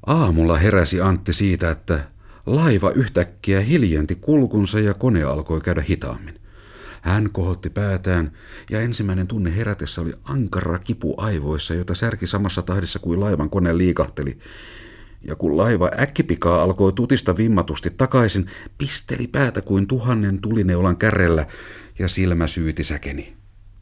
Aamulla heräsi Antti siitä, että laiva yhtäkkiä hiljenti kulkunsa ja kone alkoi käydä hitaammin. Hän kohotti päätään ja ensimmäinen tunne herätessä oli ankara kipu aivoissa, jota särki samassa tahdissa kuin laivan kone liikahteli. Ja kun laiva äkkipikaa alkoi tutista vimmatusti takaisin, pisteli päätä kuin 1000 tulineulan kärrellä ja silmä syyti säkeni.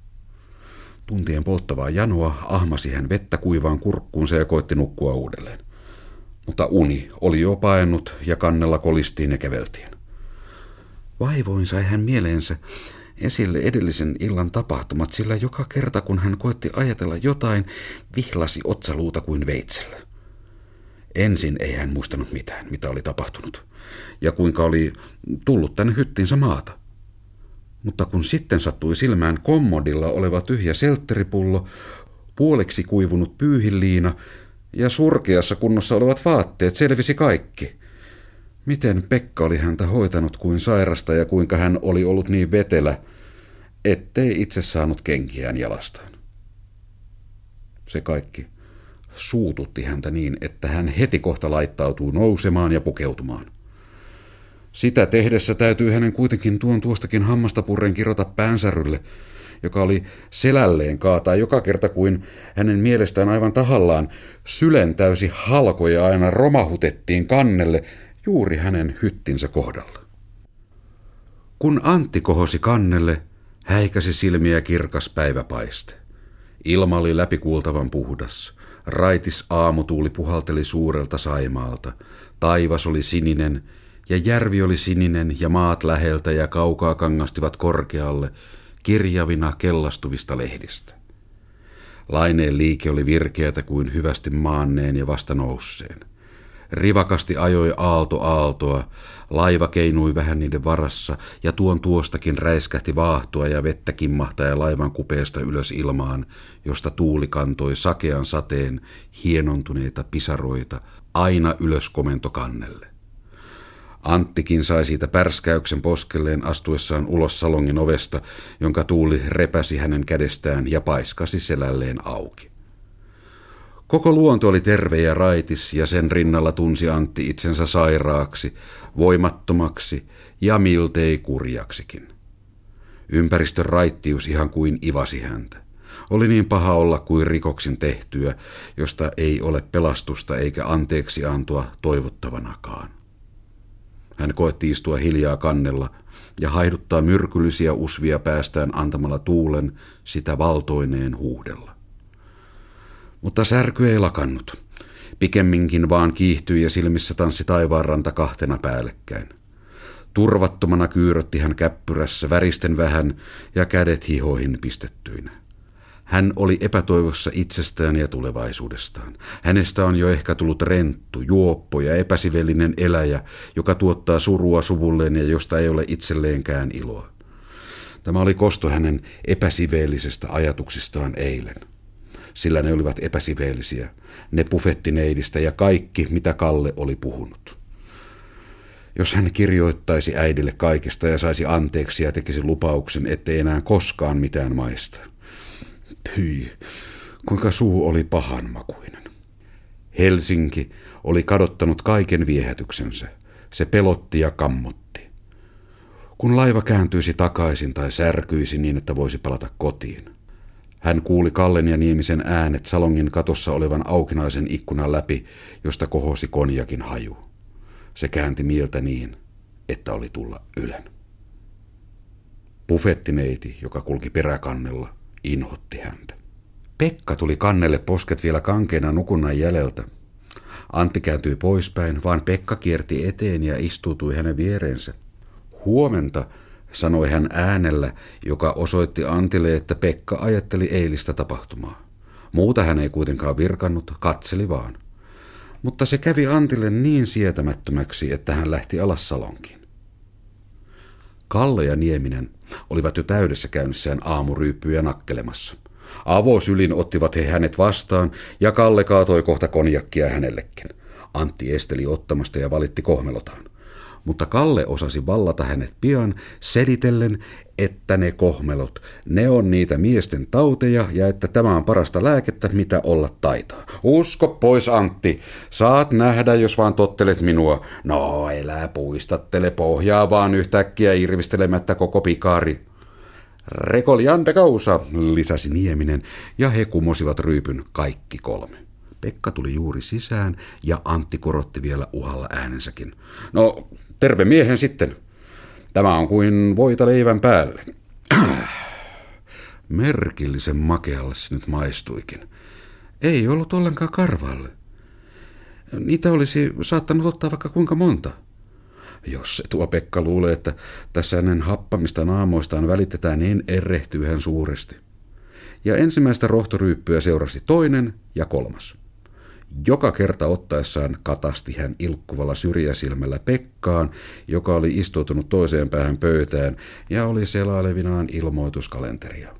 Tuntien polttavaa janoa ahmasi hän vettä kuivaan kurkkuunsa ja koitti nukkua uudelleen. Mutta uni oli jo paennut ja kannella kolistiin ja käveltiin. Vaivoin sai hän mieleensä esille edellisen illan tapahtumat, sillä joka kerta kun hän koitti ajatella jotain, vihlasi otsaluuta kuin veitsellä. Ensin ei hän muistanut mitään, mitä oli tapahtunut, ja kuinka oli tullut tänne hyttinsä maata. Mutta kun sitten sattui silmään kommodilla oleva tyhjä seltteripullo, puoleksi kuivunut pyyhiliina ja surkeassa kunnossa olevat vaatteet, selvisi kaikki. Miten Pekka oli häntä hoitanut kuin sairasta ja kuinka hän oli ollut niin vetelä, ettei itse saanut kenkiään jalastaan. Se kaikki suututti häntä niin, että hän heti kohta laittautui nousemaan ja pukeutumaan. Sitä tehdessä täytyy hänen kuitenkin tuostakin hammastapurren kirota päänsärylle, joka oli selälleen kaataa joka kerta kuin hänen mielestään aivan tahallaan sylen täysi halkoja aina romahutettiin kannelle juuri hänen hyttinsä kohdalla. Kun Antti kohosi kannelle, häikäsi silmiä kirkas päiväpaiste. Ilma oli läpikuultavan puhdas. Raitis aamutuuli puhalteli suurelta Saimaalta. Taivas oli sininen ja järvi oli sininen ja maat läheltä ja kaukaa kangastivat korkealle kirjavina kellastuvista lehdistä. Laineen liike oli virkeätä kuin hyvästi maanneen ja vasta nousseen. Rivakasti ajoi aalto aaltoa, laiva keinui vähän niiden varassa ja tuostakin räiskähti vaahtoa ja vettä kimmahtaa laivan kupeesta ylös ilmaan, josta tuuli kantoi sakean sateen hienontuneita pisaroita aina ylös komentokannelle. Anttikin sai siitä pärskäyksen poskelleen astuessaan ulos salongin ovesta, jonka tuuli repäsi hänen kädestään ja paiskasi selälleen auki. Koko luonto oli terve ja raitis ja sen rinnalla tunsi Antti itsensä sairaaksi, voimattomaksi ja miltei kurjaksikin. Ympäristön raittius ihan kuin ivasi häntä. Oli niin paha olla kuin rikoksin tehtyä, josta ei ole pelastusta eikä anteeksiantoa toivottavanakaan. Hän koetti istua hiljaa kannella ja haiduttaa myrkyllisiä usvia päästään antamalla tuulen sitä valtoineen huuhdella. Mutta särky ei lakannut. Pikemminkin vaan kiihtyi ja silmissä tanssi taivaanranta kahtena päällekkäin. Turvattomana kyyrötti hän käppyrässä väristen vähän ja kädet hihoihin pistettyinä. Hän oli epätoivossa itsestään ja tulevaisuudestaan. Hänestä on jo ehkä tullut renttu, juoppo ja epäsivellinen eläjä, joka tuottaa surua suvulleen ja josta ei ole itselleenkään iloa. Tämä oli kosto hänen epäsiveellisestä ajatuksistaan eilen. Sillä ne olivat epäsiveellisiä, ne bufettineidistä ja kaikki, mitä Kalle oli puhunut. Jos hän kirjoittaisi äidille kaikesta ja saisi anteeksi ja tekisi lupauksen, ettei enää koskaan mitään maista. Pyi, kuinka suu oli pahanmakuinen. Helsinki oli kadottanut kaiken viehätyksensä. Se pelotti ja kammotti. Kun laiva kääntyisi takaisin tai särkyisi niin, että voisi palata kotiin. Hän kuuli Kallen ja Niemisen äänet salongin katossa olevan aukinaisen ikkunan läpi, josta kohosi konjakin haju. Se käänti mieltä niin, että oli tulla ylen. Bufettineiti, joka kulki peräkannella, inhotti häntä. Pekka tuli kannelle posket vielä kankeena nukunnan jäljeltä. Antti kääntyi poispäin, vaan Pekka kierti eteen ja istuutui hänen viereensä. Huomenta, sanoi hän äänellä, joka osoitti Antille, että Pekka ajatteli eilistä tapahtumaa. Muuta hän ei kuitenkaan virkannut, katseli vaan. Mutta se kävi Antille niin sietämättömäksi, että hän lähti alas salonkiin. Kalle ja Nieminen olivat jo täydessä käynnissään aamuryyppyjä nakkelemassa. Avosylin ottivat he hänet vastaan ja Kalle kaatoi kohta konjakkia hänellekin. Antti esteli ottamasta ja valitti kohmelotaan. Mutta Kalle osasi vallata hänet pian selitellen, että ne kohmelot, ne on niitä miesten tauteja ja että tämä on parasta lääkettä, mitä olla taitaa. Usko pois, Antti. Saat nähdä, jos vaan tottelet minua. No, elää puistattele pohjaa vaan yhtäkkiä irvistelemättä koko pikaari. Rekoliande causa, lisäsi Nieminen, ja he kumosivat ryypyn kaikki kolme. Pekka tuli juuri sisään, ja Antti korotti vielä uhalla äänensäkin. No, terve miehen sitten. Tämä on kuin voita leivän päälle. Merkillisen makealle se nyt maistuikin. Ei ollut ollenkaan karvalle. Niitä olisi saattanut ottaa vaikka kuinka monta. Jos se tuo Pekka luulee, että tässä hänen happamista naamoistaan välitetään, niin erehtyy hän suuresti. Ja ensimmäistä rohtoryyppyä seurasi toinen ja kolmas. Joka kerta ottaessaan katasti hän ilkkuvalla syrjäsilmällä Pekkaan, joka oli istuutunut toiseen päähän pöytään ja oli selailevinaan ilmoituskalenteria.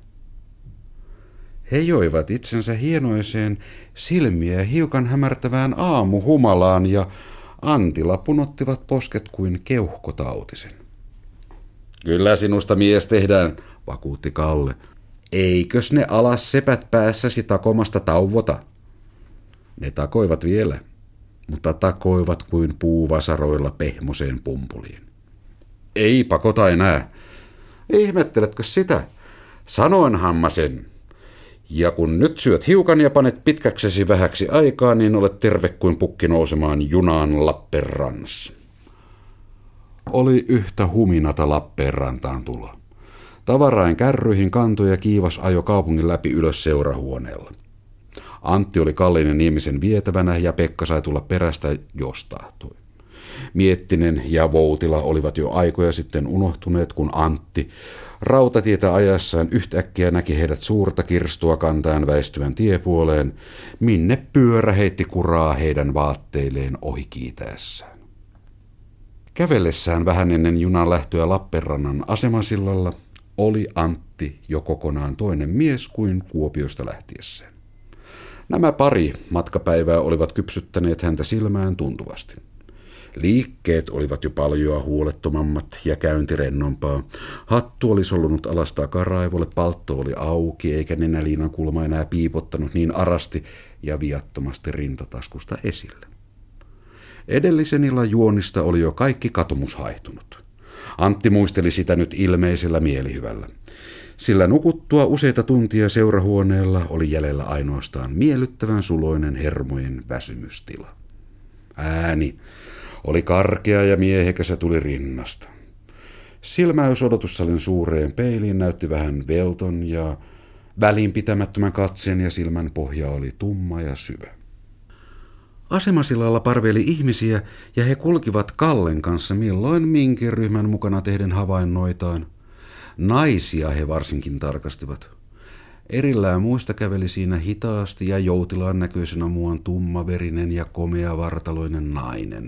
He joivat itsensä hienoiseen silmiä hiukan hämärtävään aamuhumalaan ja Antilla punottivat posket kuin keuhkotautisen. Kyllä sinusta mies tehdään, vakuutti Kalle. Eikös ne alas sepät päässäsi takomasta tauvota? Ne takoivat vielä, mutta takoivat kuin puuvasaroilla pehmoseen pumpuliin. Ei pakota enää. Ihmetteletkö sitä? Sanoinhan mä sen. Ja kun nyt syöt hiukan ja panet pitkäksesi vähäksi aikaa, niin olet terve kuin pukki nousemaan junaan Lappeenrannassa. Oli yhtä huminata Lappeenrantaan tulla. Tavarain kärryihin kantoi ja kiivas ajo kaupungin läpi ylös seurahuoneella. Antti oli Kallin ja Niemisen vietävänä ja Pekka sai tulla perästä, jos tahtoi. Miettinen ja Voutila olivat jo aikoja sitten unohtuneet, kun Antti rautatietä ajassaan yhtäkkiä näki heidät suurta kirstua kantaen väistyvän tiepuoleen, minne pyörä heitti kuraa heidän vaatteilleen ohi kiitäessään. Kävellessään vähän ennen junan lähtöä Lappeenrannan asemasillalla oli Antti jo kokonaan toinen mies kuin Kuopiosta lähtiessään. Nämä pari matkapäivää olivat kypsyttäneet häntä silmään tuntuvasti. Liikkeet olivat jo paljoa huolettomammat ja käynti rennompaa. Hattu oli sollunut alastaa karaivolle, paltto oli auki eikä nenäliinan kulma enää piipottanut niin arasti ja viattomasti rintataskusta esille. Edellisen illan juonista oli jo kaikki katumus haihtunut. Antti muisteli sitä nyt ilmeisellä mielihyvällä. Sillä nukuttua useita tuntia seurahuoneella oli jäljellä ainoastaan miellyttävän suloinen hermojen väsymystila. Ääni oli karkea ja miehekäs ja tuli rinnasta. Silmäys odotussalin suureen peiliin näytti vähän velton ja välinpitämättömän katseen ja silmän pohja oli tumma ja syvä. Asemasillalla parveili ihmisiä ja he kulkivat Kallen kanssa milloin minkin ryhmän mukana tehden havainnoitaan. Naisia he varsinkin tarkastivat. Erillään muista käveli siinä hitaasti ja joutilaan näköisenä muuan tummaverinen ja komeavartaloinen nainen.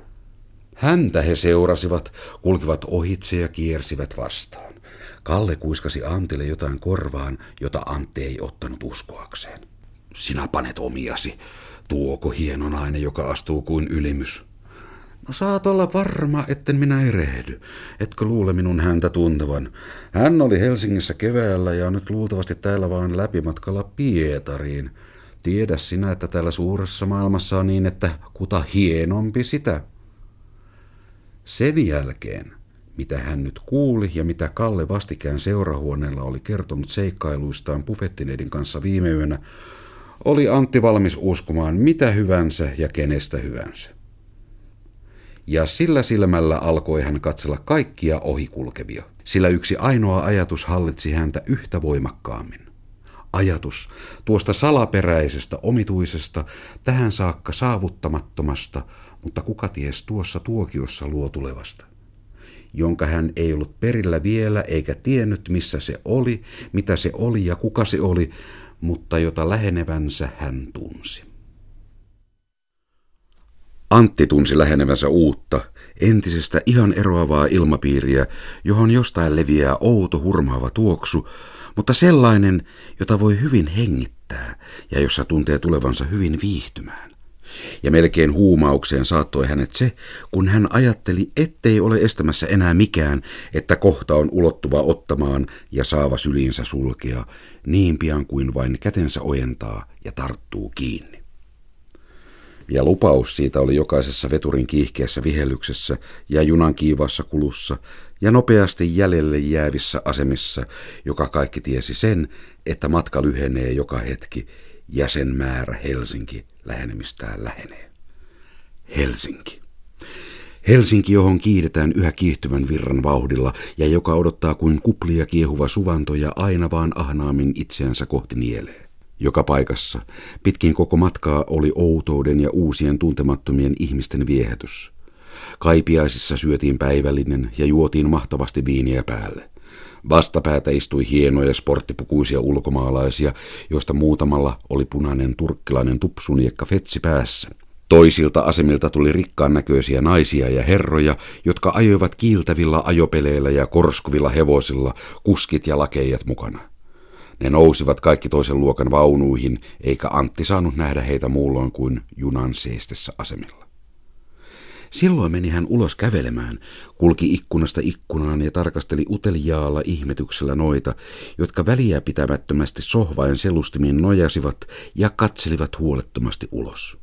Häntä he seurasivat, kulkivat ohitse ja kiersivät vastaan. Kalle kuiskasi Antille jotain korvaan, jota Antti ei ottanut uskoakseen. Sinä panet omiasi, tuoko hieno nainen, joka astuu kuin ylimys. No saat olla varma, etten minä erehdy. Etkö luule minun häntä tuntevan? Hän oli Helsingissä keväällä ja on nyt luultavasti täällä vaan läpimatkalla Pietariin. Tiedä sinä, että täällä suuressa maailmassa on niin, että kuta hienompi sitä. Sen jälkeen, mitä hän nyt kuuli ja mitä Kalle vastikään seurahuoneella oli kertonut seikkailuistaan buffettineidin kanssa viime yönä, oli Antti valmis uskomaan mitä hyvänsä ja kenestä hyvänsä. Ja sillä silmällä alkoi hän katsella kaikkia ohikulkevia, sillä yksi ainoa ajatus hallitsi häntä yhtä voimakkaammin. Ajatus tuosta salaperäisestä, omituisesta, tähän saakka saavuttamattomasta, mutta kuka ties tuossa tuokiossa luo tulevasta, jonka hän ei ollut perillä vielä eikä tiennyt missä se oli, mitä se oli ja kuka se oli, mutta jota lähenevänsä hän tunsi. Antti tunsi lähenevänsä uutta, entisestä ihan eroavaa ilmapiiriä, johon jostain leviää outo hurmaava tuoksu, mutta sellainen, jota voi hyvin hengittää ja jossa tuntee tulevansa hyvin viihtymään. ja melkein huumaukseen saattoi hänet se, kun hän ajatteli, ettei ole estämässä enää mikään, että kohta on ulottuva ottamaan ja saava syliinsä sulkea, niin pian kuin vain kätensä ojentaa ja tarttuu kiinni. Ja lupaus siitä oli jokaisessa veturin kiihkeässä vihellyksessä ja junan kiivaassa kulussa ja nopeasti jäljelle jäävissä asemissa, joka kaikki tiesi sen, että matka lyhenee joka hetki ja sen määrä Helsinki lähenemistään lähenee. Helsinki. Helsinki, johon kiidetään yhä kiihtyvän virran vauhdilla ja joka odottaa kuin kuplia kiehuva suvanto ja aina vaan ahnaammin itseänsä kohti nielee. Joka paikassa, pitkin koko matkaa oli outouden ja uusien tuntemattomien ihmisten viehätys. Kaipiaisissa syötiin päivällinen ja juotiin mahtavasti viiniä päälle. Vastapäätä istui hienoja sporttipukuisia ulkomaalaisia, joista muutamalla oli punainen turkkilainen tupsuniekka fetsi päässä. Toisilta asemilta tuli rikkaan näköisiä naisia ja herroja, jotka ajoivat kiiltävillä ajopeleillä ja korskuvilla hevosilla, kuskit ja lakeijat mukana. Ne nousivat kaikki toisen luokan vaunuihin, eikä Antti saanut nähdä heitä muulloin kuin junan seistessä asemilla. Silloin meni hän ulos kävelemään, kulki ikkunasta ikkunaan ja tarkasteli uteliaalla ihmetyksellä noita, jotka väliä pitämättömästi sohvain selustimiin nojasivat ja katselivat huolettomasti ulos.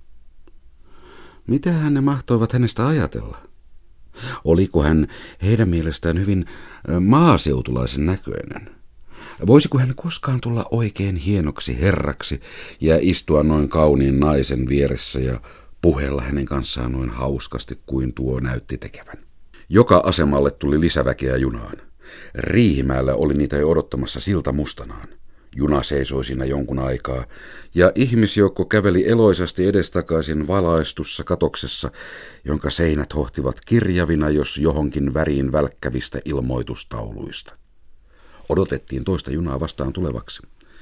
Mitähän ne mahtoivat hänestä ajatella? Oliko hän heidän mielestään hyvin maaseutulaisen näköinen? Voisiko hän koskaan tulla oikein hienoksi herraksi ja istua noin kauniin naisen vieressä ja puhella hänen kanssaan noin hauskasti kuin tuo näytti tekevän? Joka asemalle tuli lisäväkeä junaan. Riihimäellä oli niitä jo odottamassa silta mustanaan. Juna seisoi siinä jonkun aikaa, ja ihmisjoukko käveli eloisasti edestakaisin valaistussa katoksessa, jonka seinät hohtivat kirjavina jos johonkin väriin välkkävistä ilmoitustauluista. Odotettiin toista junaa vastaan tulevaksi.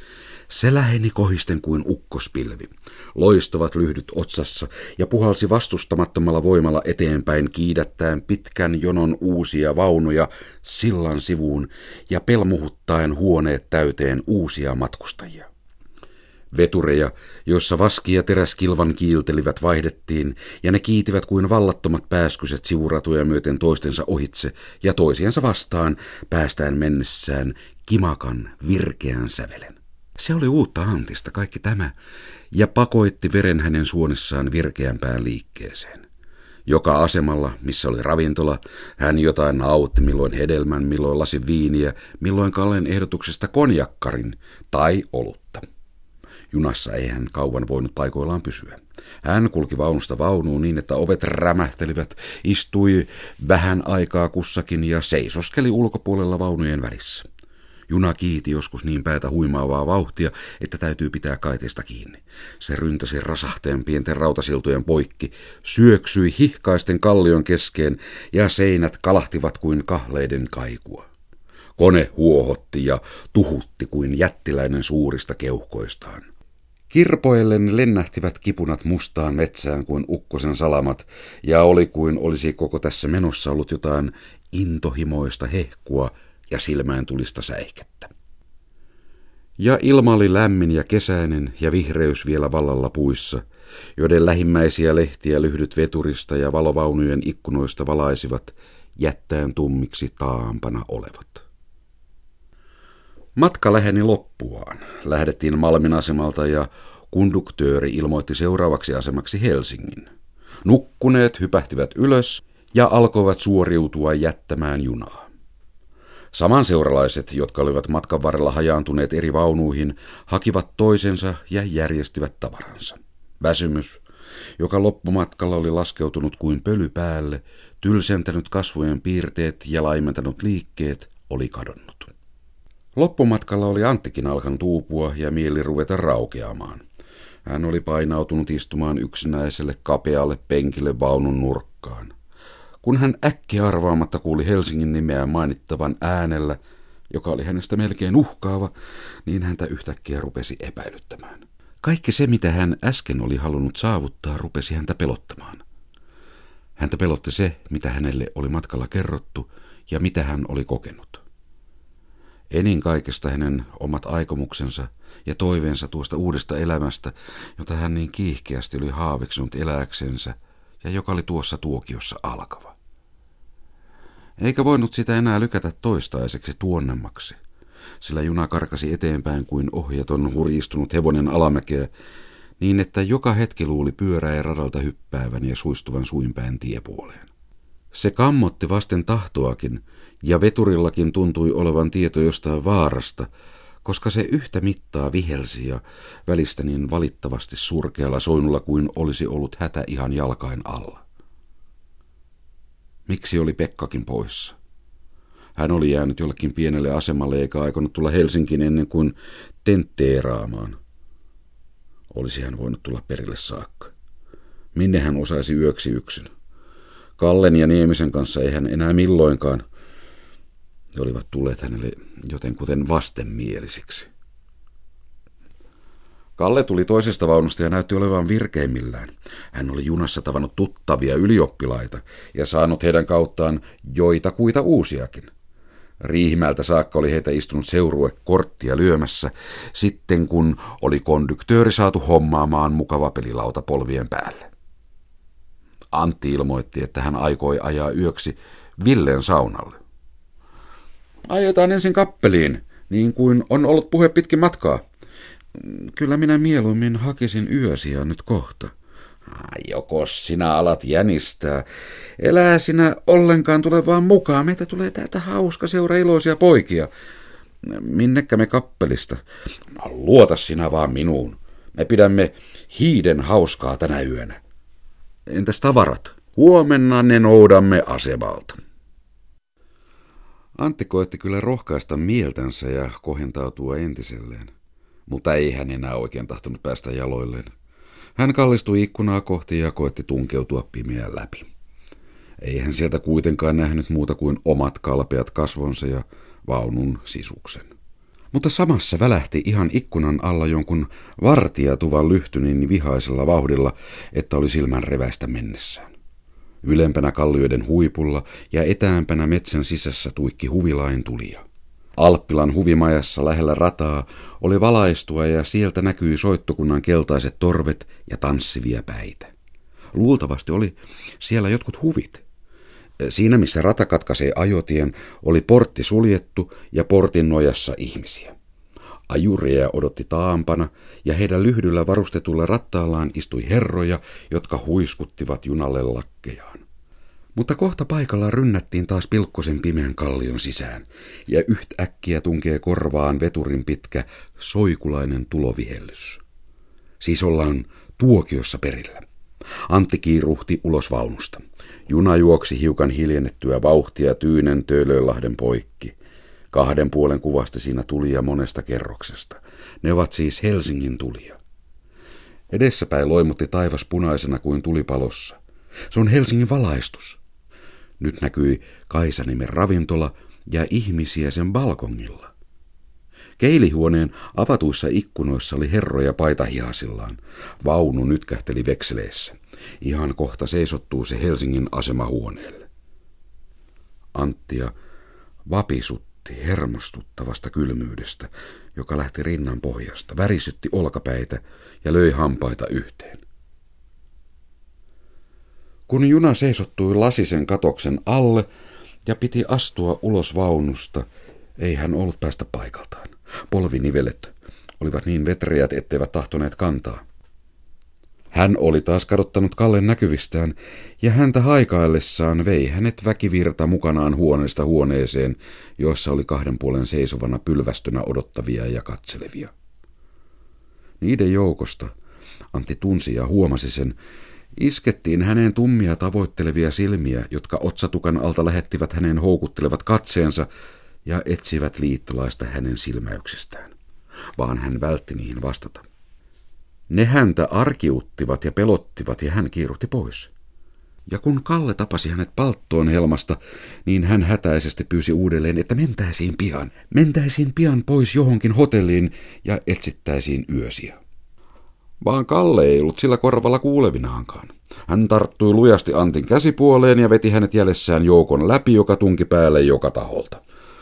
Se läheni kohisten kuin ukkospilvi, loistavat lyhdyt otsassa ja puhalsi vastustamattomalla voimalla eteenpäin kiidättäen pitkän jonon uusia vaunuja sillan sivuun ja pelmuhuttaen huoneet täyteen uusia matkustajia. Vetureja, joissa vaski ja teräskilvan kiiltelivät, vaihdettiin, ja ne kiitivät kuin vallattomat pääskyset sivuratuja myöten toistensa ohitse ja toisiansa vastaan päästään mennessään kimakan virkeän sävelen. Se oli uutta Antista kaikki tämä, ja pakoitti veren hänen suonissaan virkeämpään liikkeeseen. Joka asemalla, missä oli ravintola, hän jotain nautti, milloin hedelmän, milloin lasin viiniä, milloin Kallen ehdotuksesta konjakkarin tai olutta. Junassa ei hän kauan voinut paikoillaan pysyä. Hän kulki vaunusta vaunuun niin, että ovet rämähtelivät, istui vähän aikaa kussakin ja seisoskeli ulkopuolella vaunujen välissä. Juna kiiti joskus niin päätä huimaavaa vauhtia, että täytyy pitää kaiteesta kiinni. Se ryntäsi rasahteen pienten rautasiltojen poikki, syöksyi hihkaisten kallion keskeen ja seinät kalahtivat kuin kahleiden kaikua. Kone huohotti ja tuhutti kuin jättiläinen suurista keuhkoistaan. Kirpoillen lennähtivät kipunat mustaan metsään kuin ukkosen salamat, ja oli kuin olisi koko tässä menossa ollut jotain intohimoista hehkua ja silmään tulista säihkettä. Ja ilma oli lämmin ja kesäinen ja vihreys vielä vallalla puissa, joiden lähimmäisiä lehtiä lyhdyt veturista ja valovaunujen ikkunoista valaisivat jättäen tummiksi taampana olevat. Matka läheni loppuaan. Lähdettiin Malmin asemalta ja konduktööri ilmoitti seuraavaksi asemaksi Helsingin. Nukkuneet hypähtivät ylös ja alkoivat suoriutua jättämään junaa. Samanseuralaiset, jotka olivat matkan varrella hajaantuneet eri vaunuihin, hakivat toisensa ja järjestivät tavaransa. Väsymys, joka loppumatkalla oli laskeutunut kuin pöly päälle, tylsentänyt kasvojen piirteet ja laimentanut liikkeet, oli kadonnut. Loppumatkalla oli Anttikin alkanut uupua ja mieli ruveta raukeamaan. Hän oli painautunut istumaan yksinäiselle kapealle penkille vaunun nurkkaan. Kun hän äkkiä arvaamatta kuuli Helsingin nimeä mainittavan äänellä, joka oli hänestä melkein uhkaava, niin häntä yhtäkkiä rupesi epäilyttämään. Kaikki se, mitä hän äsken oli halunnut saavuttaa, rupesi häntä pelottamaan. Häntä pelotti se, mitä hänelle oli matkalla kerrottu ja mitä hän oli kokenut. Enin kaikesta hänen omat aikomuksensa ja toiveensa tuosta uudesta elämästä, jota hän niin kiihkeästi oli haaveksunut elääksensä ja joka oli tuossa tuokiossa alkava. Eikä voinut sitä enää lykätä toistaiseksi tuonnemmaksi, sillä juna karkasi eteenpäin kuin ohjaton hurjistunut hevonen alamäkeä, niin että joka hetki luuli pyöräin radalta hyppäävän ja suistuvan suinpäin tiepuoleen. Se kammotti vasten tahtoakin, ja veturillakin tuntui olevan tieto jostain vaarasta, koska se yhtä mittaa vihelsi ja välistä niin valittavasti surkealla soinulla kuin olisi ollut hätä ihan jalkain alla. Miksi oli Pekkakin poissa? Hän oli jäänyt jollekin pienelle asemalle eikä aikonut tulla Helsinkiin ennen kuin tentteeraamaan. Olisi hän voinut tulla perille saakka. Minne hän osaisi yöksi yksin? Kallen ja Niemisen kanssa ei hän enää milloinkaan. Ne olivat tulleet hänelle jotenkuten vastenmielisiksi. Kalle tuli toisesta vaunusta ja näytti olevan virkeimmillään. Hän oli junassa tavannut tuttavia ylioppilaita ja saanut heidän kauttaan joitakuita uusiakin. Riihimäeltä saakka oli heitä istunut seuruekorttia lyömässä, sitten kun oli konduktööri saatu hommaamaan mukava pelilauta polvien päälle. Antti ilmoitti, että hän aikoi ajaa yöksi Villen saunalle. Ajetaan ensin kappeliin, niin kuin on ollut puhe pitkin matkaa. Kyllä minä mieluummin hakisin yösiä nyt kohta. Jokos sinä alat jänistää. Elää sinä ollenkaan tule vaan mukaan. Meitä tulee täältä hauska seura iloisia poikia. Minnekä me kappelista? Luota sinä vaan minuun. Me pidämme hiiden hauskaa tänä yönä. Entäs tavarat? Huomenna ne noudamme asemalta. Antti koetti kyllä rohkaista mieltänsä ja kohentautua entiselleen, mutta ei hän enää oikein tahtonut päästä jaloilleen. Hän kallistui ikkunaa kohti ja koetti tunkeutua pimeän läpi. Ei hän sieltä kuitenkaan nähnyt muuta kuin omat kalpeat kasvonsa ja vaunun sisuksen. Mutta samassa välähti ihan ikkunan alla jonkun vartijatuvan lyhty niin vihaisella vauhdilla, että oli silmän reväistä mennessään. Ylempänä kallioiden huipulla ja etäämpänä metsän sisässä tuikki huvilain tulija. Alppilan huvimajassa lähellä rataa oli valaistua ja sieltä näkyi soittokunnan keltaiset torvet ja tanssivia päitä. Luultavasti oli siellä jotkut huvit. Siinä missä rata katkaisee ajotien, oli portti suljettu ja portin nojassa ihmisiä. Ajuria odotti taampana ja heidän lyhdyllä varustetulla rattaallaan istui herroja, jotka huiskuttivat junalle lakkejaan. Mutta kohta paikalla rynnättiin taas pilkkosen pimeän kallion sisään, ja yhtäkkiä tunkee korvaan veturin pitkä, soikulainen tulovihellys. Siis ollaan tuokiossa perillä. Antti kiiruhti ulos vaunusta. Juna juoksi hiukan hiljennettyä vauhtia Tyynen Töölönlahden poikki. 2 puolen kuvasta siinä tulia monesta kerroksesta. Ne ovat siis Helsingin tulia. Edessäpäin loimutti taivas punaisena kuin tulipalossa. Se on Helsingin valaistus. Nyt näkyi Kaisaniemen ravintola ja ihmisiä sen balkongilla. Keilihuoneen avatuissa ikkunoissa oli herroja paitahihasillaan. Vaunu nytkähteli vekseleessä. Ihan kohta seisottuu se Helsingin asemahuoneelle. Anttia vapisutti hermostuttavasta kylmyydestä, joka lähti rinnan pohjasta, värisytti olkapäitä ja löi hampaita yhteen. Kun juna seisottui lasisen katoksen alle ja piti astua ulos vaunusta, ei hän ollut päästä paikaltaan. Polvinivelet olivat niin vetreät, etteivät tahtoneet kantaa. Hän oli taas kadottanut Kallen näkyvistään, ja häntä haikaillessaan vei hänet väkivirta mukanaan huoneesta huoneeseen, jossa oli 2 puolen seisovana pylvästönä odottavia ja katselevia. Niiden joukosta, Antti tunsi ja huomasi sen, iskettiin häneen tummia tavoittelevia silmiä, jotka otsatukan alta lähettivät hänen houkuttelevat katseensa ja etsivät liittolaista hänen silmäyksestään, vaan hän vältti niihin vastata. Ne häntä arkiuttivat ja pelottivat ja hän kiiruhti pois. Ja kun Kalle tapasi hänet palttoon helmasta, niin hän hätäisesti pyysi uudelleen, että mentäisiin pian pois johonkin hotelliin ja etsittäisiin yösiä. Vaan Kalle ei ollut sillä korvalla kuulevinaankaan. Hän tarttui lujasti Antin käsipuoleen ja veti hänet jäljessään joukon läpi, joka tunki päälle joka taholta.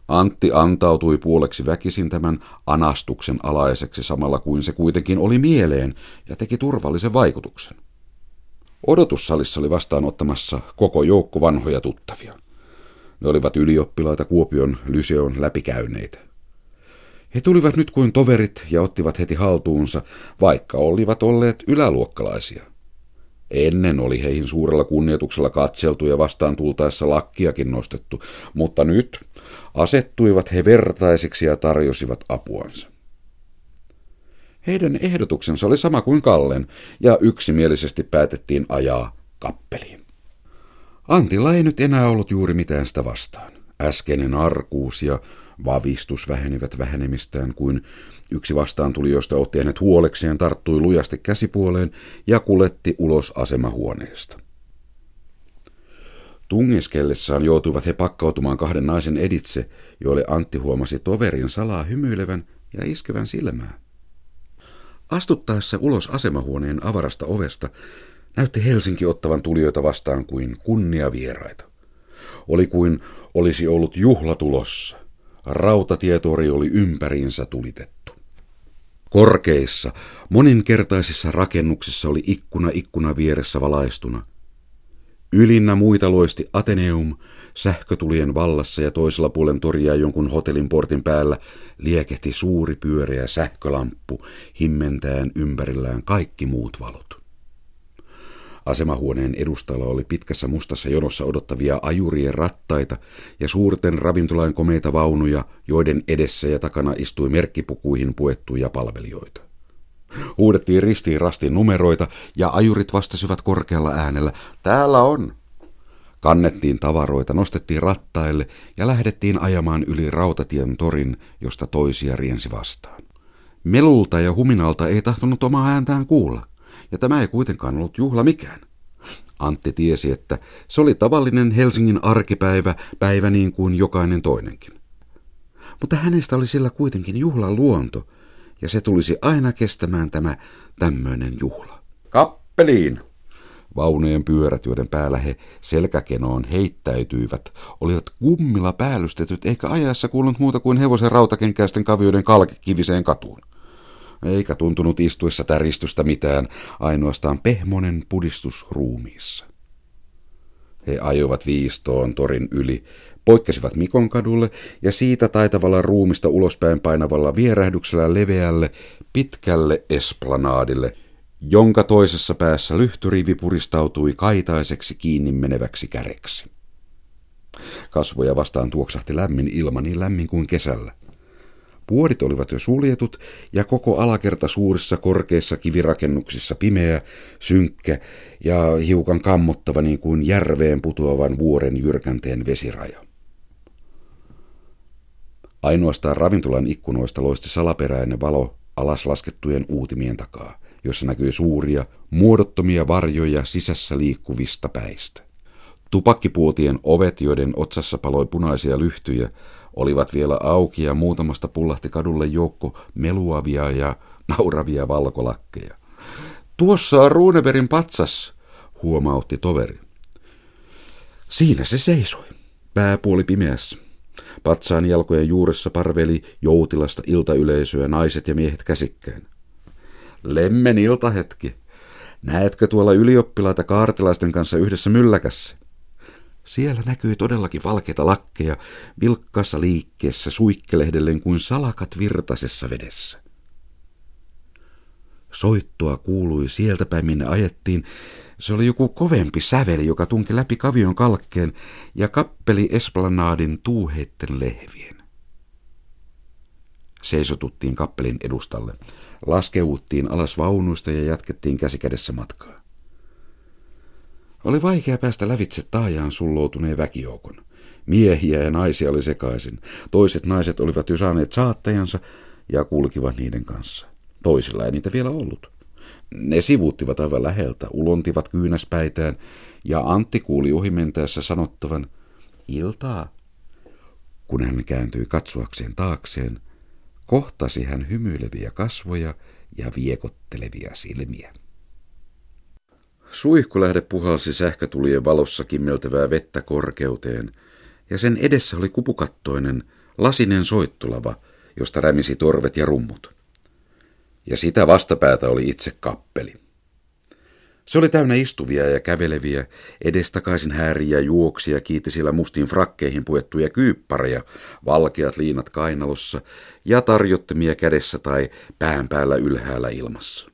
Antti antautui puoleksi väkisin tämän anastuksen alaiseksi samalla kuin se kuitenkin oli mieleen ja teki turvallisen vaikutuksen. Odotussalissa oli vastaanottamassa koko joukko vanhoja tuttavia. Ne olivat ylioppilaita Kuopion Lyseon läpikäyneitä. He tulivat nyt kuin toverit ja ottivat heti haltuunsa, vaikka olivat olleet yläluokkalaisia. Ennen oli heihin suurella kunnioituksella katseltu ja vastaan tultaessa lakkiakin nostettu, mutta nyt asettuivat he vertaisiksi ja tarjosivat apuansa. Heidän ehdotuksensa oli sama kuin Kallen, ja yksimielisesti päätettiin ajaa Kappeliin. Antilla ei nyt enää ollut juuri mitään sitä vastaan. Äskeinen arkuus ja vavistus vähenivät vähenemistään, kuin yksi vastaantulijoista otti hänet huolekseen, tarttui lujasti käsipuoleen ja kuletti ulos asemahuoneesta. Tungeskellessaan joutuivat he pakkautumaan kahden naisen editse, joille Antti huomasi toverin salaa hymyilevän ja iskevän silmää. Astuttaessa ulos asemahuoneen avarasta ovesta näytti Helsinki ottavan tulijoita vastaan kuin kunniavieraita. Oli kuin olisi ollut juhla tulossa. Rautatietori oli ympäriinsä tulitettu. Korkeissa, moninkertaisissa rakennuksissa oli ikkuna ikkunan vieressä valaistuna. Ylinnä muita loisti Ateneum, sähkötulien vallassa, ja toisella puolen toria jonkun hotellin portin päällä liekehti suuri pyöreä sähkölamppu, himmentäen ympärillään kaikki muut valot. Asemahuoneen edustalla oli pitkässä mustassa jonossa odottavia ajurien rattaita ja suurten ravintolain komeita vaunuja, joiden edessä ja takana istui merkkipukuihin puettuja palvelijoita. Huudettiin ristiin rastiin numeroita ja ajurit vastasivat korkealla äänellä, täällä on. Kannettiin tavaroita, nostettiin rattaille ja lähdettiin ajamaan yli rautatien torin, josta toisia riensi vastaan. Melulta ja huminalta ei tahtonut omaa ääntään kuulla, ja tämä ei kuitenkaan ollut juhla mikään. Antti tiesi, että se oli tavallinen Helsingin arkipäivä, päivä niin kuin jokainen toinenkin. Mutta hänestä oli sillä kuitenkin juhlan luonto, ja se tulisi aina kestämään tämä tämmöinen juhla. Kappeliin! Vaunujen pyörät, joiden päällä he selkäkenoon heittäytyivät, olivat kummilla päällystetyt, eikä ajassa kuulunut muuta kuin hevosen rautakenkäisten kavioiden kalkikiviseen katuun. Eikä tuntunut istuessa täristystä mitään, ainoastaan pehmonen pudistus ruumiissa. He ajoivat viistoon torin yli, poikkesivat Mikon kadulle ja siitä taitavalla ruumista ulospäin painavalla vierähdyksellä leveälle, pitkälle esplanadille, jonka toisessa päässä lyhtyrivi puristautui kaitaiseksi kiinni meneväksi käreksi. Kasvoja vastaan tuoksahti lämmin ilma, niin lämmin kuin kesällä. Puodit olivat jo suljetut ja koko alakerta suurissa korkeissa kivirakennuksissa pimeä, synkkä ja hiukan kammottava niin kuin järveen putoavan vuoren jyrkänteen vesiraja. Ainoastaan ravintolan ikkunoista loisti salaperäinen valo alaslaskettujen uutimien takaa, jossa näkyi suuria, muodottomia varjoja sisässä liikkuvista päistä. Tupakkipuotien ovet, joiden otsassa paloi punaisia lyhtyjä, olivat vielä auki ja muutamasta pullahti kadulle joukko meluavia ja nauravia valkolakkeja. Tuossa on Runebergin patsas, huomautti toveri. Siinä se seisoi, pääpuoli pimeässä. Patsaan jalkojen juuressa parveli joutilasta iltayleisöä, naiset ja miehet käsikkäin. Lemmen iltahetki. Näetkö tuolla ylioppilaita kaartilaisten kanssa yhdessä mylläkässä? Siellä näkyi todellakin valkeita lakkeja vilkkaassa liikkeessä suikkelehdellen kuin salakat virtaisessa vedessä. Soittoa kuului sieltä päin, minne ajettiin. Se oli joku kovempi säveli, joka tunki läpi kavion kalkkeen ja kappeli esplanadin tuuheitten lehvien. Seisotuttiin kappelin edustalle, laskeuduttiin alas vaunuista ja jatkettiin käsikädessä matkaa. Oli vaikea päästä lävitse taajaan sulloutuneen väkijoukon. Miehiä ja naisia oli sekaisin. Toiset naiset olivat jo saaneet saattajansa ja kulkivat niiden kanssa. Toisilla ei niitä vielä ollut. Ne sivuuttivat aivan läheltä, ulontivat kyynäspäitään, ja Antti kuuli ohimentäessä sanottavan, iltaa. Kun hän kääntyi katsoakseen taakseen, kohtasi hän hymyileviä kasvoja ja viekottelevia silmiä. Suihkulähde puhalsi sähkötulien valossa kimmeltävää vettä korkeuteen, ja sen edessä oli kupukattoinen, lasinen soittolava, josta rämisi torvet ja rummut. Ja sitä vastapäätä oli itse kappeli. Se oli täynnä istuvia ja käveleviä, edestakaisin hääriä juoksia kiiti siellä mustiin frakkeihin puettuja kyyppareja, valkeat liinat kainalossa ja tarjottimia kädessä tai pään päällä ylhäällä ilmassa.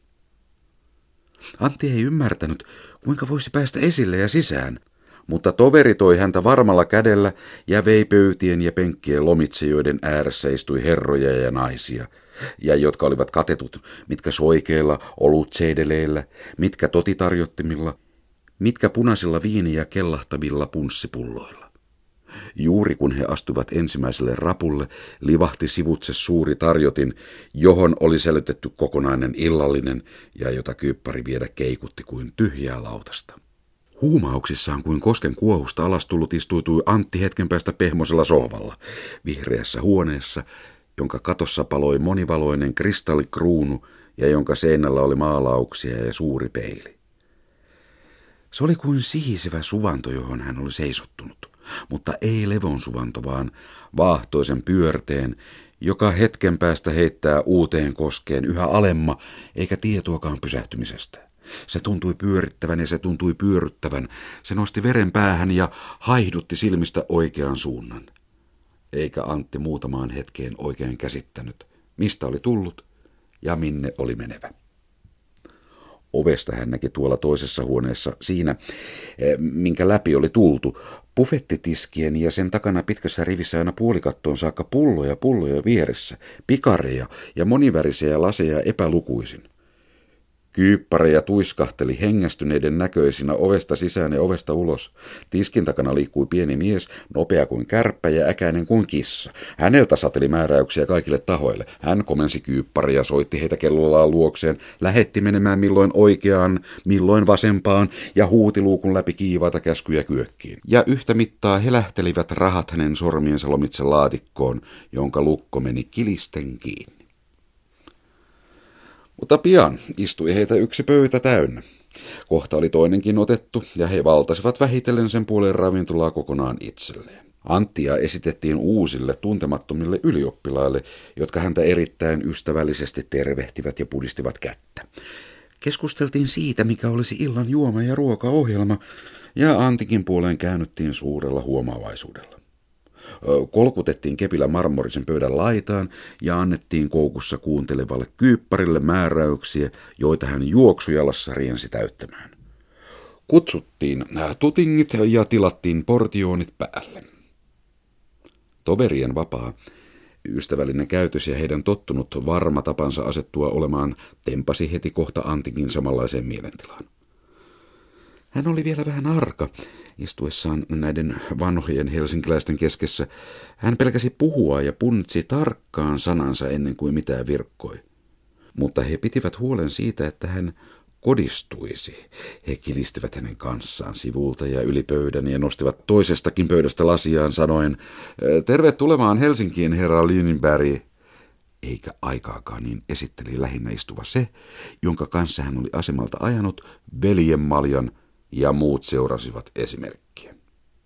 Antti ei ymmärtänyt, kuinka voisi päästä esille ja sisään, mutta toveri toi häntä varmalla kädellä ja vei pöytien ja penkkien lomitse, joiden ääressä istui herroja ja naisia, ja jotka olivat katetut, mitkä soikeilla olutseideleillä, mitkä totitarjottimilla, mitkä punaisilla viiniä kellahtavilla punssipulloilla. Juuri kun he astuvat ensimmäiselle rapulle, livahti sivutse suuri tarjotin, johon oli sälytetty kokonainen illallinen ja jota kyyppari viedä keikutti kuin tyhjää lautasta. Huumauksissaan kuin kosken kuohusta alas tullut istuutui Antti hetken päästä pehmosella sohvalla, vihreässä huoneessa, jonka katossa paloi monivaloinen kristallikruunu ja jonka seinällä oli maalauksia ja suuri peili. Se oli kuin sihisevä suvanto, johon hän oli seisottunut, mutta ei levon suvanto, vaan vaahtoisen pyörteen, joka hetken päästä heittää uuteen koskeen yhä alemma, eikä tietoakaan pysähtymisestä. Se tuntui pyörittävän ja se tuntui pyörryttävän. Se nosti veren päähän ja haihdutti silmistä oikean suunnan. Eikä Antti muutamaan hetkeen oikein käsittänyt, mistä oli tullut ja minne oli menevä. Ovesta hän näki tuolla toisessa huoneessa siinä, minkä läpi oli tultu, bufettitiskien ja sen takana pitkässä rivissä aina puolikattoon saakka pulloja vieressä, pikareja ja monivärisiä laseja epälukuisin. Kyyppareja tuiskahteli hengästyneiden näköisinä ovesta sisään ja ovesta ulos. Tiskin takana liikkui pieni mies, nopea kuin kärppä ja äkäinen kuin kissa. Häneltä sateli määräyksiä kaikille tahoille. Hän komensi kyyppareja, soitti heitä kellollaan luokseen, lähetti menemään milloin oikeaan, milloin vasempaan ja huuti luukun läpi kiivaita käskyjä kyökkiin. Ja yhtä mittaa he lähtelivät rahat hänen sormiensa lomitse laatikkoon, jonka lukko meni kilisten kiinni. Mutta pian istui heitä yksi pöytä täynnä. Kohta oli toinenkin otettu, ja he valtasivat vähitellen sen puolen ravintolaa kokonaan itselleen. Anttia esitettiin uusille, tuntemattomille ylioppilaille, jotka häntä erittäin ystävällisesti tervehtivät ja pudistivat kättä. Keskusteltiin siitä, mikä olisi illan juoma- ja ruokaohjelma, ja Antikin puoleen käännyttiin suurella huomaavaisuudella. Kolkutettiin kepillä marmorisen pöydän laitaan ja annettiin koukussa kuuntelevalle kyypparille määräyksiä, joita hän juoksujalassa riensi täyttämään. Kutsuttiin tutingit ja tilattiin portioonit päälle. Toverien vapaa, ystävällinen käytös ja heidän tottunut varma tapansa asettua olemaan tempasi heti kohta Antikin samanlaiseen mielentilaan. Hän oli vielä vähän arka, istuessaan näiden vanhojen helsinkiläisten keskessä. Hän pelkäsi puhua ja punnitsi tarkkaan sanansa ennen kuin mitään virkkoi. Mutta he pitivät huolen siitä, että hän kodistuisi. He kilistivät hänen kanssaan sivulta ja yli pöydän ja nostivat toisestakin pöydästä lasiaan sanoen, "Tervetulemaan Helsinkiin, herra Lynberg." Eikä aikaakaan niin esitteli lähinnä istuva se, jonka kanssa hän oli asemalta ajanut veljen Maljan, ja muut seurasivat esimerkkiä.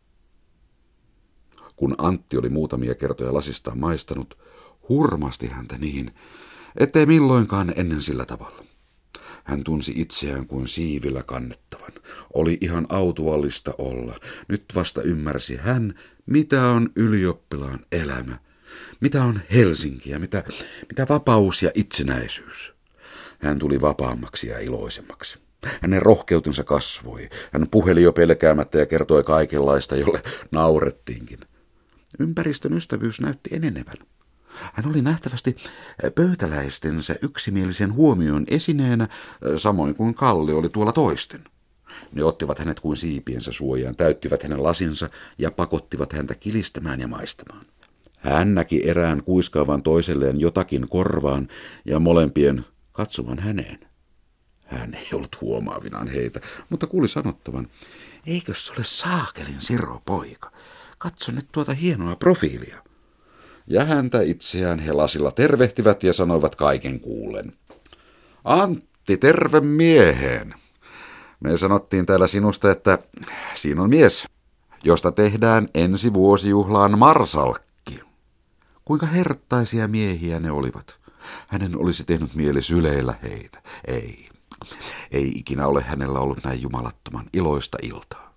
Kun Antti oli muutamia kertoja lasistaan maistanut, hurmasti häntä niin, ettei milloinkaan ennen sillä tavalla. Hän tunsi itseään kuin siivillä kannettavan. Oli ihan autuallista olla. Nyt vasta ymmärsi hän, mitä on ylioppilaan elämä, mitä on Helsinki ja mitä vapaus ja itsenäisyys. Hän tuli vapaammaksi ja iloisemmaksi. Hänen rohkeutensa kasvoi. Hän puheli jo pelkäämättä ja kertoi kaikenlaista, jolle naurettiinkin. Ympäristön ystävyys näytti enenevän. Hän oli nähtävästi pöytäläistensä yksimielisen huomion esineenä, samoin kuin Kalli oli tuolla toisten. Ne ottivat hänet kuin siipiensä suojaan, täyttivät hänen lasinsa ja pakottivat häntä kilistämään ja maistamaan. Hän näki erään kuiskaavan toiselleen jotakin korvaan ja molempien katsovan häneen. Hän ei ollut huomaavinaan heitä, mutta kuuli sanottavan, eikö se ole saakelin Siro poika? Katso nyt tuota hienoa profiilia. Ja häntä itseään he lasilla tervehtivät ja sanoivat kaiken kuullen. Antti, terve mieheen. Me sanottiin täällä sinusta, että siinä on mies, josta tehdään ensi vuosijuhlaan marsalkki. Kuinka herttaisia miehiä ne olivat. Hänen olisi tehnyt mieli syleillä heitä. Ei ikinä ole hänellä ollut näin jumalattoman iloista iltaa.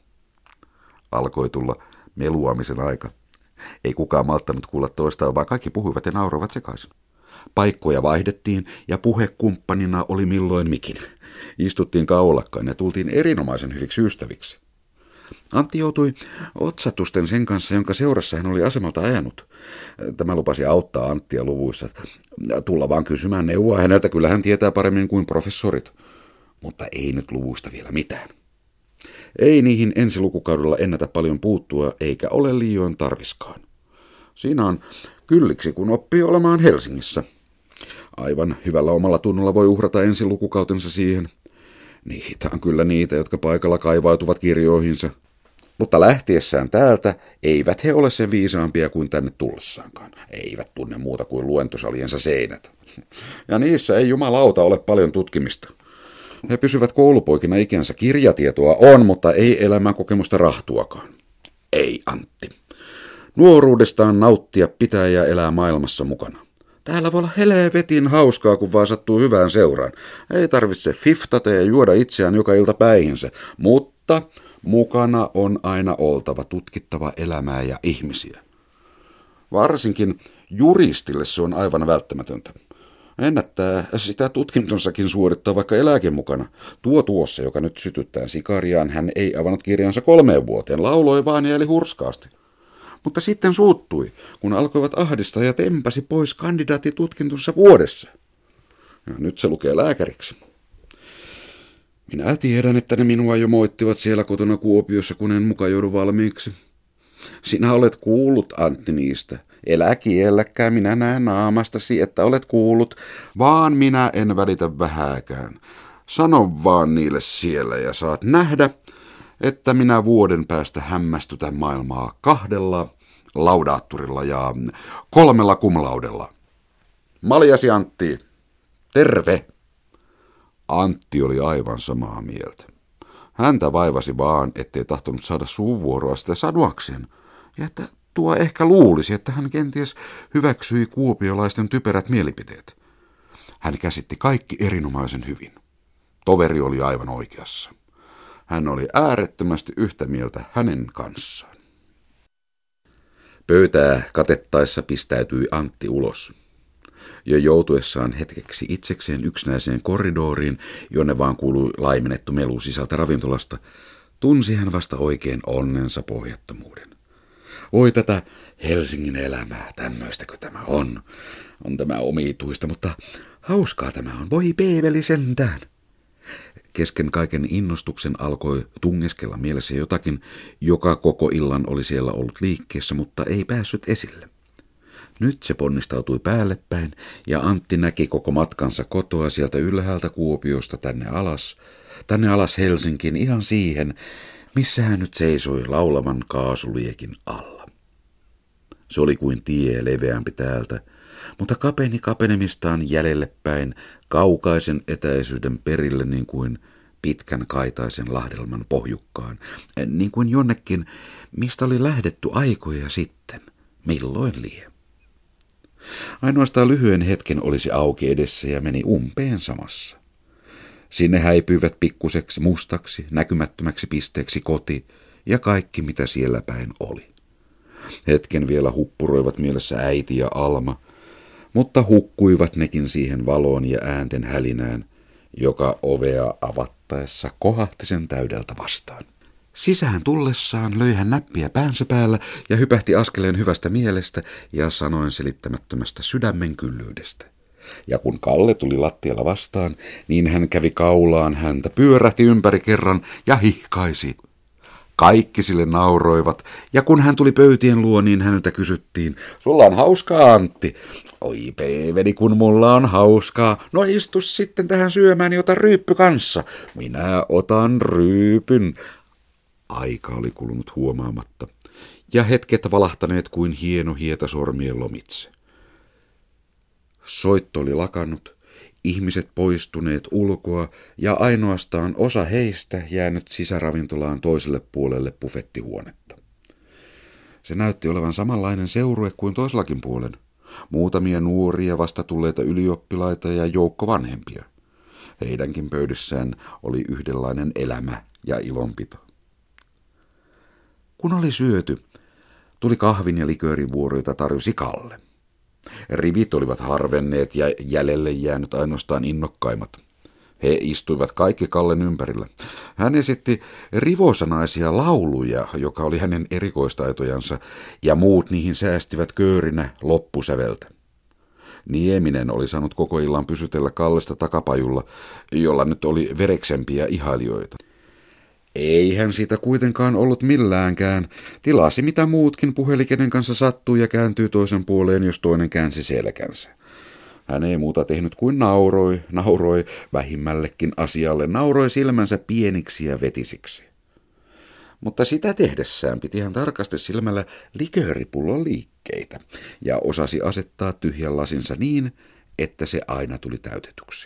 Alkoi tulla meluamisen aika. Ei kukaan malttanut kuulla toistaan, vaan kaikki puhuivat ja nauroivat sekaisin. Paikkoja vaihdettiin ja puhekumppanina oli milloin mikin. Istuttiin kaulakkain ja tultiin erinomaisen hyviksi ystäviksi. Antti joutui otsatusten sen kanssa, jonka seurassa hän oli asemalta ajanut. Tämä lupasi auttaa Anttia luvuissa. Tulla vaan kysymään neuvoa häneltä, kyllä hän tietää paremmin kuin professorit. Mutta ei nyt luvuista vielä mitään. Ei niihin ensilukukaudella ennätä paljon puuttua, eikä ole liioin tarviskaan. Siinä on kylliksi, kun oppii olemaan Helsingissä. Aivan hyvällä omalla tunnolla voi uhrata ensilukukautensa siihen. Niitä on kyllä niitä, jotka paikalla kaivautuvat kirjoihinsa. Mutta lähtiessään täältä eivät he ole sen viisaampia kuin tänne tullessaankaan. Eivät tunne muuta kuin luentosaliensa seinät. Ja niissä ei jumalauta ole paljon tutkimista. He pysyvät koulupoikina ikänsä. Kirjatietoa on, mutta ei elämän kokemusta rahtuakaan. Ei, Antti. Nuoruudestaan nauttia pitää ja elää maailmassa mukana. Täällä voi olla helvetin hauskaa, kun vaan sattuu hyvään seuraan. Ei tarvitse fiftata ja juoda itseään joka ilta päihinsä, mutta mukana on aina oltava tutkittava elämää ja ihmisiä. Varsinkin juristille se on aivan välttämätöntä. Ennättää sitä tutkintonssakin suorittaa, vaikka elääkin mukana. Tuossa, joka nyt sytyttää sikariaan, hän ei avannut kirjansa 3 vuoteen, lauloi vaan ja eli hurskaasti. Mutta sitten suuttui, kun alkoivat ahdistaa ja tempasi pois kandidaattitutkintonsa vuodessa. Ja nyt se lukee lääkäriksi. Minä tiedän, että ne minua jo moittivat siellä kotona Kuopiossa, kun en muka joudu valmiiksi. Sinä olet kuullut, Antti, niistä. Elä kielläkään, minä näen naamastasi, että olet kuullut, vaan minä en välitä vähääkään. Sano vaan niille siellä ja saat nähdä, että minä vuoden päästä hämmästytän maailmaa 2 laudaatturilla ja 3 kumlaudella. Maljasi Antti, terve! Antti oli aivan samaa mieltä. Häntä vaivasi vaan, ettei tahtonut saada suuvuoroa sitä sanoakseen, ja että tuo ehkä luulisi, että hän kenties hyväksyi kuopiolaisten typerät mielipiteet. Hän käsitti kaikki erinomaisen hyvin. Toveri oli aivan oikeassa. Hän oli äärettömästi yhtä mieltä hänen kanssaan. Pöytää katettaessa pistäytyi Antti ulos. Jo joutuessaan hetkeksi itsekseen yksinäiseen korridoriin, jonne vaan kuului laimennettu melu sisältä ravintolasta, tunsi hän vasta oikein onnensa pohjattomuuden. Voi tätä Helsingin elämää, tämmöistäkö tämä on? On tämä omituista, mutta hauskaa tämä on. Voi peeveli sentään. Kesken kaiken innostuksen alkoi tungeskella mielessä jotakin, joka koko illan oli siellä ollut liikkeessä, mutta ei päässyt esille. Nyt se ponnistautui päälle päin, ja Antti näki koko matkansa kotoa sieltä ylhäältä Kuopiosta tänne alas Helsinkiin, ihan siihen, missä hän nyt seisoi laulavan kaasuliekin alla. Se oli kuin tie leveämpi täältä, mutta kapeni kapenemistaan jäljelle päin, kaukaisen etäisyyden perille niin kuin pitkän kaitaisen lahdelman pohjukkaan, niin kuin jonnekin, mistä oli lähdetty aikoja sitten, milloin lie. Ainoastaan lyhyen hetken olisi auki edessä ja meni umpeen samassa. Sinne häipyivät pikkuseksi mustaksi, näkymättömäksi pisteeksi koti ja kaikki mitä siellä päin oli. Hetken vielä huppuroivat mielessä äiti ja Alma, mutta hukkuivat nekin siihen valoon ja äänten hälinään, joka ovea avattaessa kohahti sen täydeltä vastaan. Sisään tullessaan löi hän näppiä päänsä päällä ja hypähti askeleen hyvästä mielestä ja sanoen selittämättömästä sydämen kyllyydestä. Ja kun Kalle tuli lattialla vastaan, niin hän kävi kaulaan häntä, pyörähti ympäri kerran ja hihkaisi. Kaikki sille nauroivat, ja kun hän tuli pöytien luo, niin häneltä kysyttiin, sulla on hauskaa, Antti. Oi peeveli, kun mulla on hauskaa. No istu sitten tähän syömään ja ota ryyppy kanssa. Minä otan ryypyn. Aika oli kulunut huomaamatta, ja hetket valahtaneet kuin hieno hieta sormien lomitse. Soitto oli lakannut, ihmiset poistuneet ulkoa ja ainoastaan osa heistä jäänyt sisäravintolaan toiselle puolelle buffettihuonetta. Se näytti olevan samanlainen seurue kuin toisellakin puolen. Muutamia nuoria vasta tulleita ylioppilaita ja joukko vanhempia. Heidänkin pöydissään oli yhdenlainen elämä ja ilonpito. Kun oli syöty, tuli kahvin ja liköörivuoro, jota tarjosi Kalle. Rivit olivat harvenneet ja jäljelle jäänyt ainoastaan innokkaimmat. He istuivat kaikki Kallen ympärillä. Hän esitti rivosanaisia lauluja, joka oli hänen erikoistaitojansa, ja muut niihin säästivät köörinä loppusäveltä. Nieminen oli saanut koko illan pysytellä Kallesta takapajulla, jolla nyt oli vereksempiä ihailijoita. Ei hän siitä kuitenkaan ollut milläänkään. Tilasi mitä muutkin, puheli kenen kanssa sattui ja kääntyi toisen puoleen, jos toinen käänsi selkänsä. Hän ei muuta tehnyt kuin nauroi vähimmällekin asialle, nauroi silmänsä pieniksi ja vetisiksi. Mutta sitä tehdessään piti hän tarkasti silmällä likööripullon liikkeitä ja osasi asettaa tyhjän lasinsa niin, että se aina tuli täytetyksi.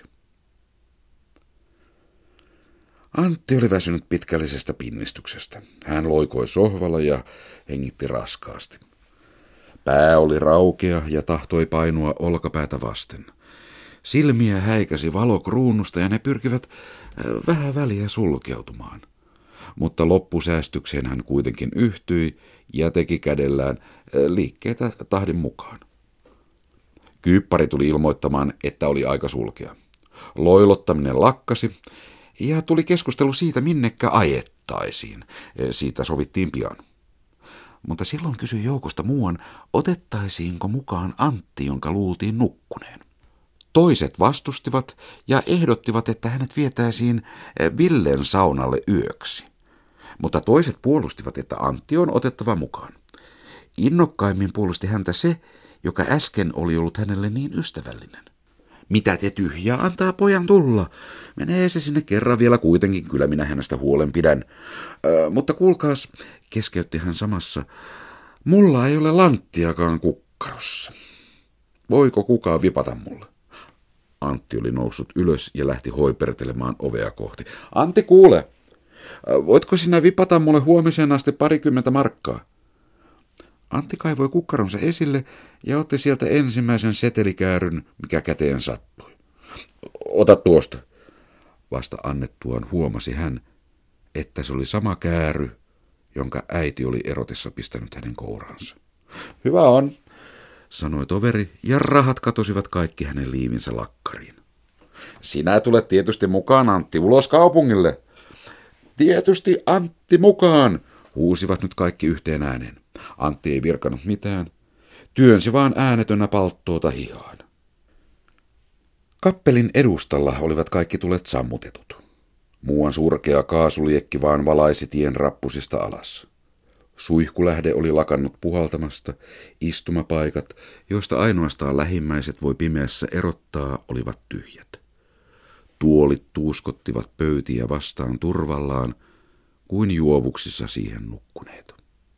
Antti oli väsynyt pitkällisestä pinnistyksestä. Hän loikoi sohvalla ja hengitti raskaasti. Pää oli raukea ja tahtoi painua olkapäätä vasten. Silmiä häikäsi valo kruunusta ja ne pyrkivät vähän väliä sulkeutumaan. Mutta loppusäästykseen hän kuitenkin yhtyi ja teki kädellään liikkeitä tahdin mukaan. Kyyppari tuli ilmoittamaan, että oli aika sulkea. Loilottaminen lakkasi ja tuli keskustelu siitä, minnekä ajettaisiin. Siitä sovittiin pian. Mutta silloin kysyi joukosta muuan, otettaisiinko mukaan Antti, jonka luultiin nukkuneen. Toiset vastustivat ja ehdottivat, että hänet vietäisiin Villen saunalle yöksi. Mutta toiset puolustivat, että Antti on otettava mukaan. Innokkaimmin puolusti häntä se, joka äsken oli ollut hänelle niin ystävällinen. Mitä te tyhjää antaa pojan tulla? Menee se sinne kerran vielä kuitenkin, kyllä minä hänestä huolen pidän. Mutta kuulkaas, keskeytti hän samassa, mulla ei ole lanttiakaan kukkarossa. Voiko kukaan vipata mulle? Antti oli noussut ylös ja lähti hoipertelemaan ovea kohti. Antti, kuule, voitko sinä vipata mulle huomiseen asti 20 markkaa? Antti kaivoi kukkaronsa esille ja otti sieltä ensimmäisen setelikääryn, mikä käteen sattui. Ota tuosta. Vasta annettuaan huomasi hän, että se oli sama kääry, jonka äiti oli erotessa pistänyt hänen kouransa. Hyvä on, sanoi toveri, ja rahat katosivat kaikki hänen liivinsä lakkariin. Sinä tulet tietysti mukaan, Antti, ulos kaupungille. Tietysti Antti mukaan, huusivat nyt kaikki yhteen ääneen. Antti ei virkannut mitään, työnsi vaan äänetönä palttoota hihaan. Kappelin edustalla olivat kaikki tulet sammutetut. Muuan surkea kaasuliekki vaan valaisi tien rappusista alas. Suihkulähde oli lakannut puhaltamasta, istumapaikat, joista ainoastaan lähimmäiset voi pimeässä erottaa, olivat tyhjät. Tuolit tuuskottivat pöytiä vastaan turvallaan, kuin juovuksissa siihen nukkuneet.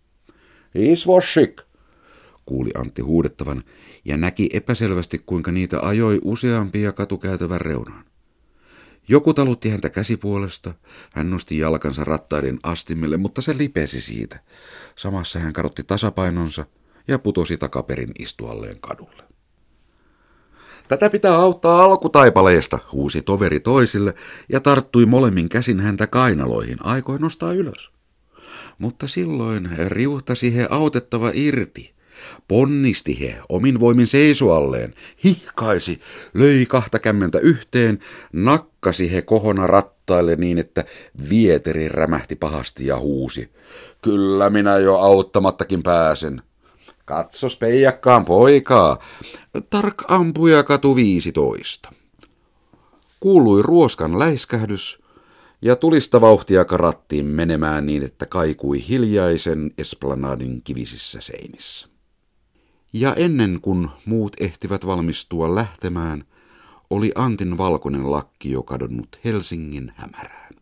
Isvoshik, kuuli Antti huudettavan ja näki epäselvästi, kuinka niitä ajoi useampia katukäytävän reunaan. Joku talutti häntä käsipuolesta, hän nosti jalkansa rattaiden astimelle, mutta se lipesi siitä. Samassa hän kadotti tasapainonsa ja putosi takaperin istualleen kadulle. Tätä pitää auttaa alkutaipaleesta, huusi toveri toisille ja tarttui molemmin käsin häntä kainaloihin, aikoi nostaa ylös. Mutta silloin riuhtasi he autettava irti. Ponnisti he omin voimin seisoalleen, hihkaisi, löi 20 yhteen, nakkasi he kohona rattaille niin, että vieteri rämähti pahasti ja huusi. Kyllä minä jo auttamattakin pääsen. Katsos peijakkaan poikaa, tark-ampuja katu 15. Kuului ruoskan läiskähdys ja tulista vauhtia karattiin menemään niin, että kaikui hiljaisen esplanadin kivisissä seinissä. Ja ennen kuin muut ehtivät valmistua lähtemään, oli Antin valkoinen lakki jo kadonnut Helsingin hämärään.